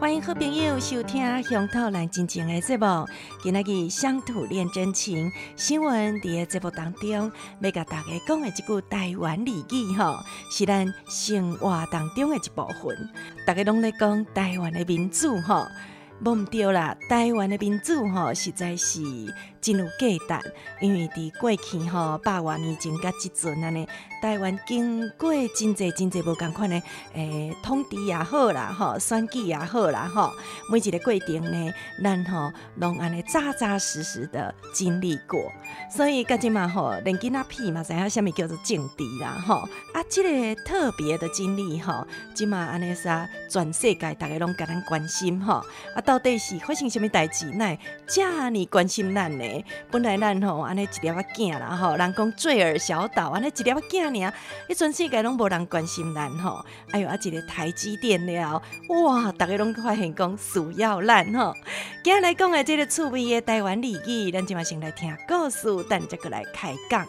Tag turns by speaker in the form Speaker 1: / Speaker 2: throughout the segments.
Speaker 1: 欢迎好朋友收听《乡土咱真情》的节目。今仔日乡土恋真情新闻伫个节目当中，要甲大家讲的一句台湾俚语吼，是咱生活当中的一部分。大家拢咧讲台湾的民主吼，无毋对啦，台湾的民主吼实在是真有价值，因为伫过去吼100多年前甲即阵安尼，台湾经过真侪无共款的统治也好啦，吼选举也好啦，吼每一个过程呢，咱吼拢安尼扎实的经历过，所以甲即嘛吼，连囡仔屁嘛知影啥物叫做政治啦，吼啊，即个特别的经历吼，即嘛安尼啥，全世界大家拢甲咱关心吼，啊，到底是发生啥物代志，乃遮尔关心咱呢？本来咱吼安尼一粒仔囝啦吼，人讲坠儿小岛安尼一粒仔囝尔，全世界拢无人关心咱吼。哎呦，啊一个台积电了，哇，大家拢发现讲需要咱吼。今日来讲的这个趣味的台湾俚语，咱今嘛先来听故事，等再过来开讲。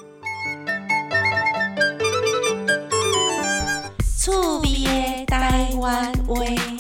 Speaker 1: 趣味的台湾话。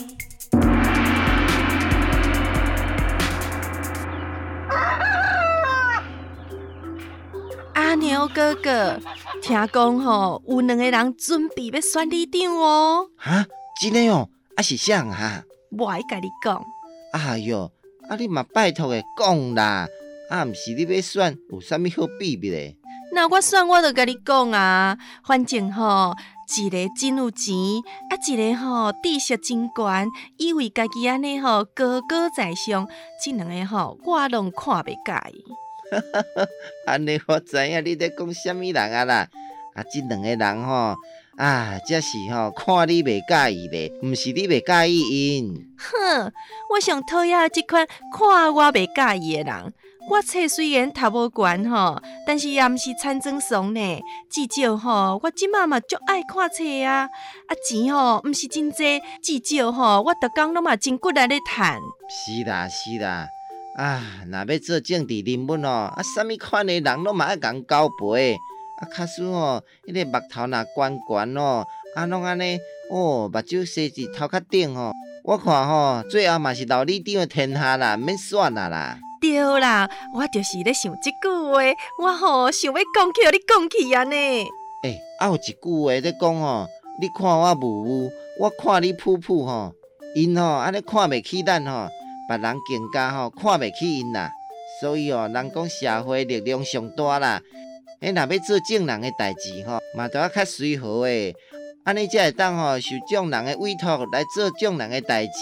Speaker 1: 阿牛哥哥，听讲吼，有2个人准备要选里长哦。
Speaker 2: 哈，真的哦？啊是啥啊？
Speaker 1: 我会甲你讲。
Speaker 2: 哎哟，啊你嘛拜托的讲啦，啊毋是你要选，有啥物好秘密的？
Speaker 1: 那我选我就甲你讲啊，反正吼，一个真有钱，啊一个吼知识真悬，以为家己安尼吼高高在上，这2个吼我拢看袂介意。
Speaker 2: 安尼我知影你在讲啥物人啊啦？啊，这2个人吼，啊，这是吼看你袂介意咧，毋是你袂介意因。
Speaker 1: 哼，我上讨厌即款看我袂介意的人。我册虽然读无悬吼，但是也毋是参政爽呢。至少吼，我即马嘛足爱看册啊。啊钱吼，毋是真济，至少吼，我逐工拢嘛真骨力咧趁。
Speaker 2: 是啦是啦。啊，若要做政治人物哦，啊，啥物款的人拢嘛爱共交陪，啊，假使哦，迄个目头若悬哦，啊，拢安尼，哦，目睭塞伫头壳顶吼，我看吼，最后嘛是老里长的天下啦，免选啦。
Speaker 1: 对啦，我就是咧想即句话，我吼想要讲起，你讲起啊呢。
Speaker 2: 啊有一句话咧讲吼，你看我雾雾，我看你噗噗吼，因吼安尼看袂起咱吼。别人更加吼看袂起因啦，所以哦，人讲社会力量上大啦。若要做正人的代志吼，嘛都要较随和诶，安尼才会当吼受众人的委托来做众人的代志。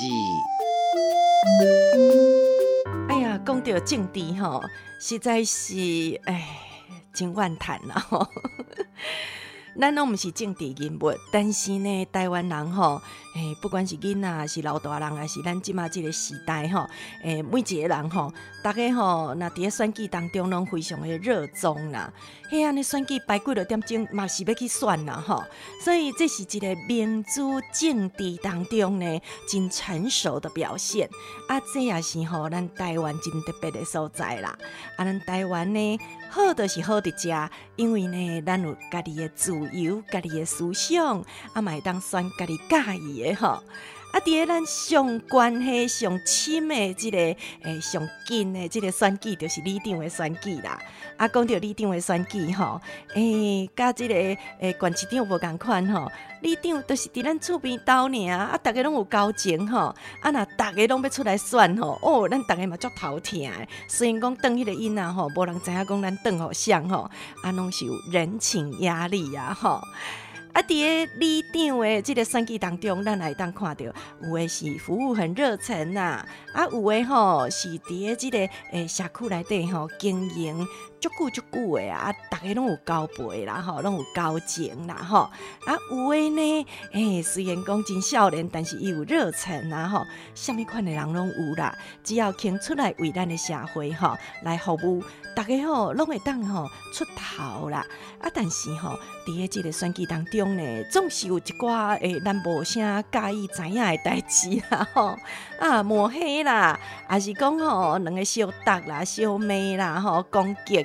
Speaker 1: 哎呀，讲到政治吼，实在是真怨叹啦吼。咱拢毋是政治人物，但是呢，台湾人吼，不管是囡仔，是老大人，还是咱即马即个时代吼，每一个人吼，大家吼，若伫咧选举当中，拢非常的热衷啦。迄安尼选举排几落点钟，嘛是要去选啦吼。所以这是一个民主政治当中呢，真成熟的表现。啊，这也是吼，咱台湾真特别的所在啦。啊，咱台湾呢，好就是好伫遮，因为呢，咱有家己的自由、家己的思想，啊，嘛会当选家己介意的吼。啊，伫咧咱上关系上深的即个上紧的即个选举，就是里长的选举啦。啊，讲到里长的选举吼，甲即个县市长无共款吼，里长就是伫咱厝边斗尔，啊，逐个拢有交情吼，啊，若逐个拢要出来选吼，哦，咱逐个嘛足头疼的。虽然讲当迄个囡仔吼，无人知影讲咱当互谁吼，啊，拢是有人情压力啊吼。啊，伫个里长的即个选举当中，咱来当看到，有的是服务很热忱呐，啊，有的吼是伫个即个社区内底吼经营足久的啊，大家拢有交陪啦吼，拢有交情啦吼，啊，有的呢，虽然讲真少年，但是伊有热忱啦吼，啥物款的人拢有啦，只要肯出来为咱的社会吼来服务。大家吼拢会当吼出头啦，啊，但是吼伫个即个选举当中呢，总是有一寡咱无啥介意知影的代志啦吼，抹黑啦，还是讲吼2个相斗啦、相骂啦、攻击啦。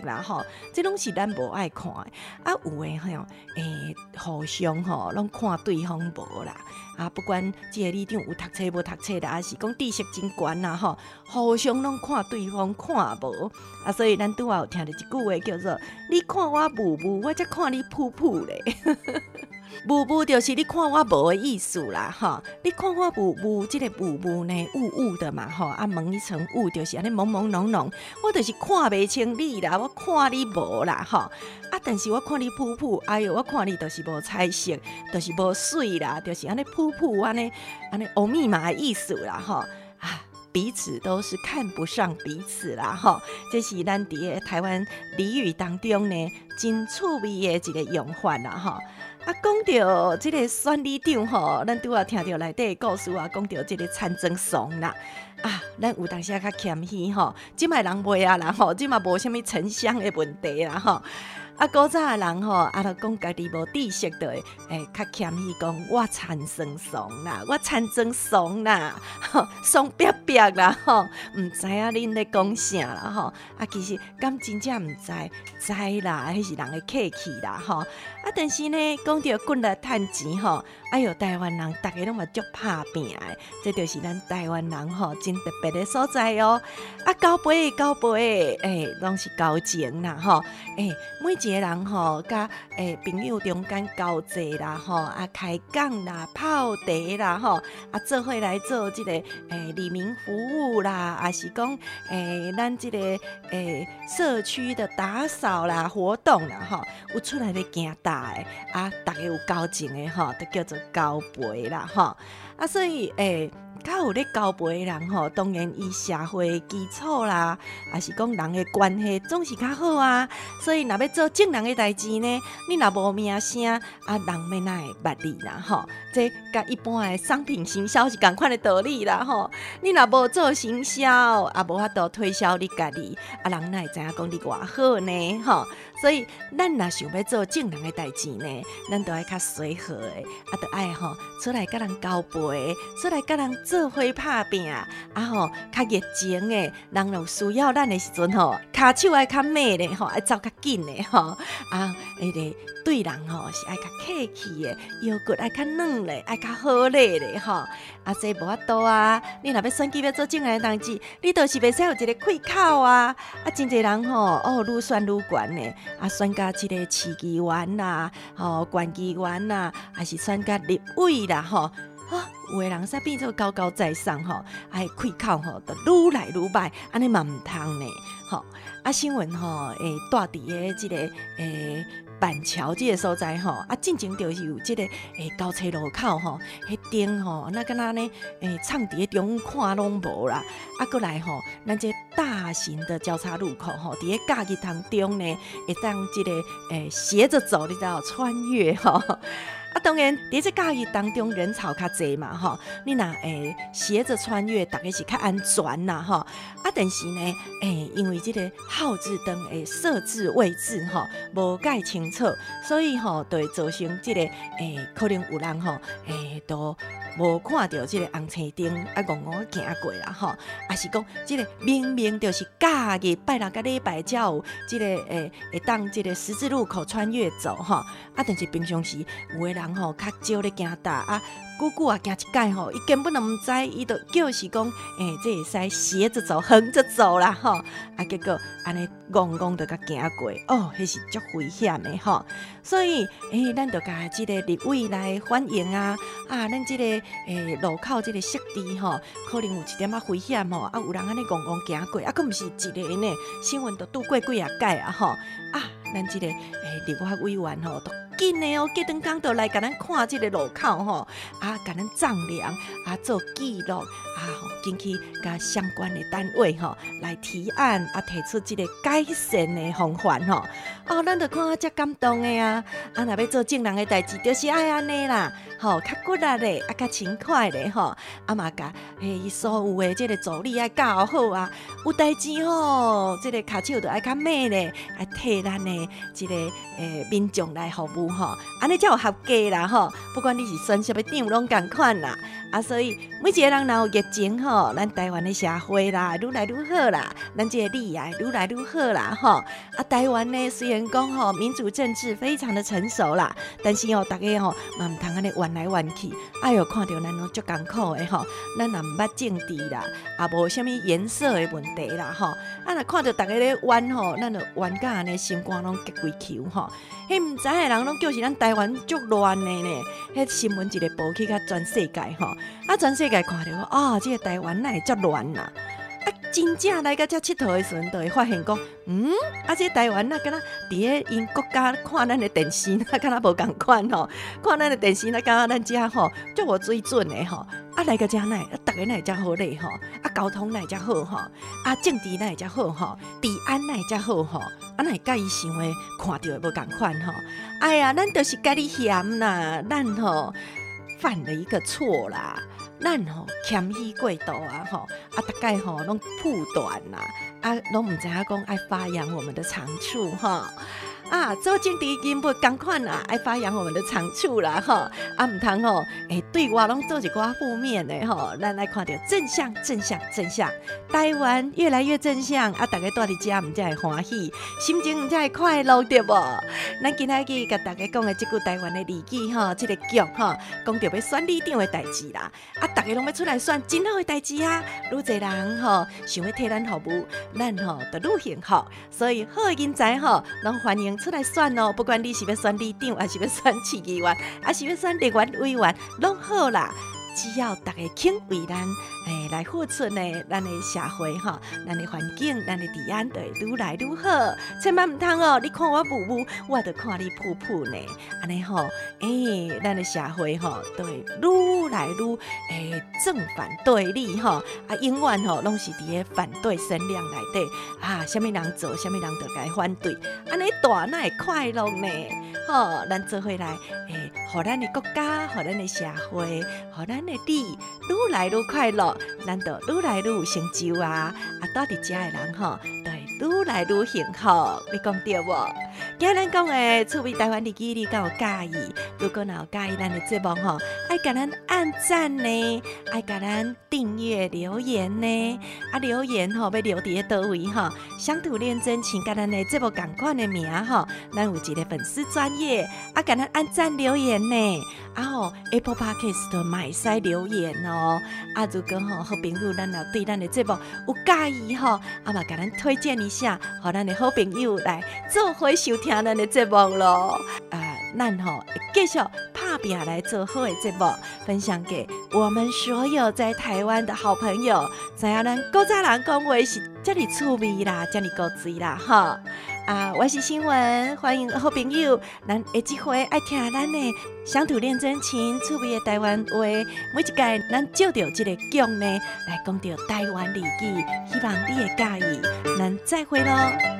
Speaker 1: 啦吼，这拢是咱无爱看的。啊，有诶吼，互相吼拢看对方无啦。啊，不管即个里长有读册无读册啦，还是讲知识真悬啦吼，互相拢看对方看无。啊，所以咱拄仔有听到一句话叫做“你看我雾雾，我才看你噗噗咧”。雾雾就是你看我无的意思啦，吼！你看我雾雾，这个雾雾呢，雾雾的嘛，吼！啊，蒙一层雾就是安尼朦朦胧胧，我就是看袂清你啦，我看你无啦，吼！啊，但是我看你噗噗，哎哟，我看你就是无彩色，就是无水啦，就是安尼噗噗安尼欧密码的意思啦，吼！啊，彼此都是看不上彼此啦，吼！这是咱伫台湾俚语当中呢，真趣味的一个用法啦，吼！啊，讲到这个选里长吼，咱拄仔听到内底的故事啊，讲到这个参政爽啦，啊，咱有当时较谦虚吼，即卖人袂啊啦吼，即嘛无啥物城乡的问题啦吼。啊，古早的人吼，啊，就讲家己无知识的，较谦虚讲，我参政爽啦，我参政爽啦，吼，爽逼逼啦，吼，毋知影恁咧讲啥啦，吼，啊，其实敢真正毋知啦，迄是人的客气啦，吼，啊，但是呢，讲到滚来趁钱吼，哎哟，台湾人逐个拢嘛足拍拼的，这就是咱台湾人吼真特别的所在哦。啊，交杯拢是交情啦，吼，每一个人吼，甲朋友中间交际啦，吼，啊开讲啦、泡茶啦，吼，啊做伙来做这个里民服务啦，还是讲咱这个社区的打扫啦活动啦，吼，有出来咧行大的啊，大家有交情的吼，都叫做交陪啦，吼，啊所以较有咧交陪的人吼，当然伊社会基础啦，还是讲人的关系总是较好啊。所以若要做正人的代志呢，你若无名声啊，人要哪会捌你啦吼？这甲一般的商品行销是同款的道理啦吼。你若无做行销，啊无法度推销你家己，啊人哪会知影讲你偌好呢吼？所以咱若想要做正人的代志呢，咱都爱较随和的，啊，都爱吼出来甲人交陪，出来甲人做伙拍拼，啊吼较热情的，人有需要咱的时阵吼，骹手爱较慢的吼，爱走较紧的吼，啊，对人吼是爱较客气的，腰骨爱较软的，爱较好礼的吼，啊，这无法度啊，你若要选举要做正人的代志，你就是袂使有一个开口啊，啊，真侪人吼，愈选愈悬呢。啊，选甲即个市议员啦，吼，县议员啦，还是选甲立委啦，吼，啊，有的人煞变做高高在上吼，爱开口吼，就愈来愈歹，安尼嘛毋通呢，吼，啊，新闻吼，住伫个即个板桥这个所在吼，啊，进前就是有这个交叉路口吼，迄顶吼，那敢若呢，藏伫中央看拢无啦，啊，过来吼，咱这大型的交叉路口吼，伫个假日当中呢，会当这个斜着走，你知道穿越吼。啊，当然，伫这假日当中人潮较济嘛，吼，你若斜着穿越，大概是较安全啦，吼。啊，但是呢，因为这个号志灯的设置位置吼无介清楚，所以吼就会造成这个可能有人吼都无看到这个红青灯啊，戆戆行过啦，吼。啊是讲这个明明就是假日拜六甲礼拜才有这个会当这个十字路口穿越走吼，啊，但是平常时有的人吼较少咧行大啊。久啊行一届吼，伊根本都毋知，伊就叫是讲，这会使斜着走、横着走啦吼，啊，结果安尼戆戆就甲行过，哦，迄是足危险的吼。所以，咱就甲即个立委来反映啊，咱即个路口即个设置吼，可能有一点仔危险吼，啊，有人安尼戆戆行过，啊，佫毋是一个呢，新闻都拄过几啊届啊吼，啊，咱即个立法委员吼都。紧的哦，隔顿工就来甲咱看即个路口吼，啊，甲咱丈量啊，做记录啊，进去甲相关的单位吼来提案啊，提出即个改善的方法吼。哦，咱就看啊，遮感动的啊！啊，若要做正人的代志，就是爱安尼啦，吼，较骨力的，啊，较勤快的吼，啊嘛甲伊所有的即个助理爱教好啊，有代志吼，即个骹手就爱较慢咧，爱替咱的即个民众来服务。安尼才有合格啦吼，不管你是选什么长拢同款啦，啊，所以每一个人若有热前吼，咱台湾的社会啦，愈来愈好啦，咱这个利益愈来愈好啦，吼。啊，台湾呢虽然讲吼民主政治非常的成熟啦，但是大家嘛唔通安尼弯来弯去。哎哟，看到咱拢足艰苦的吼，咱也唔捌政治啦，也无啥物颜色的问题啦，吼。啊，若看到大家咧弯吼，咱就弯甲安尼心肝拢结规球吼。迄唔知的人拢叫是咱台湾足乱的呢。迄新闻一个报去甲全世界吼，啊全世界看到哦，这个台湾哪会足乱啦？啊，真正来到遮佚佗的时阵，就会发现讲，这台湾敢若伫咧因国家看咱的电视，敢若无共款吼，看咱的电视，敢若咱遮吼足无水准的吼。啊，来到遮哪，逐个哪会遮好咧吼？啊，交通哪会遮好吼？啊，政治哪会遮好吼？治安哪会遮好吼？啊，哪会甲伊想的看到的无共款吼？哎呀，咱就是家己嫌啦，咱吼犯了一个错啦。咱吼谦虚过度啊吼，啊大概吼拢铺断啦，啊拢唔知影讲爱发扬我们的长处吼。啊，做政治根本同款啦，爱发扬我们的长处啦吼，啊唔通吼，对我拢做一寡负面的吼，咱来看到正向，正向，正向，台湾越来越正向，啊，大家住伫遮唔才会欢喜，心情唔才会快乐对无？咱今仔日甲大家讲的这句台湾的字句吼，这个剧吼，讲到要选里长的代志啦，啊，大家拢要出来选真好的代志啊，愈侪人吼想要替咱服务，咱吼就愈幸福，所以好的人才吼，拢欢迎出来选哦，不管你是要选里长，还是要选市议员，还是要选立法委员，拢好啦。只要大家肯为咱来付出呢，咱的社会吼，咱的环境，咱的治安就会愈来愈好。千万唔通哦，你看我雾雾，我就看你噗噗呢。安尼吼，咱的社会吼，都会愈来愈正反对立吼，啊，永远吼拢是伫咧反对声量内底啊，什么人做，什么人就该反对，安尼大哪会快乐呢？吼，咱做伙来互咱的国家，互咱的社会，互咱的你愈来愈快乐，咱就愈来愈有成就啊！啊，住伫遮的人吼，就会愈来愈幸福。你讲对无？今日咱讲的趣味台湾日记，你敢有介意？如果若有介意咱的节目吼，爱甲咱按赞呢，爱甲咱订阅留言呢。啊，留言吼要留伫咧倒位吼？乡土恋真情，甲咱的节目共款的名吼，咱有一个粉丝专页，啊，甲咱按赞留言呢。啊吼 ，Apple Podcast 嘛会使留言哦。啊，如果吼好朋友，咱若对咱的节目有介意吼，啊嘛甲咱推荐一下，互咱的好朋友来做伙收听咱的节目咯。啊，咱吼继续拍拼来做好的节目，分享给我们所有在台湾的好朋友。知影咱古早人讲话是这么趣味啦，这么古锥啦，哈。啊，我是新闻，欢迎好朋友，咱下一回爱听咱的乡土恋真情，趣味的台湾话。每一届咱照着这个剧呢，来讲到台湾日记，希望你会介意。咱再会咯。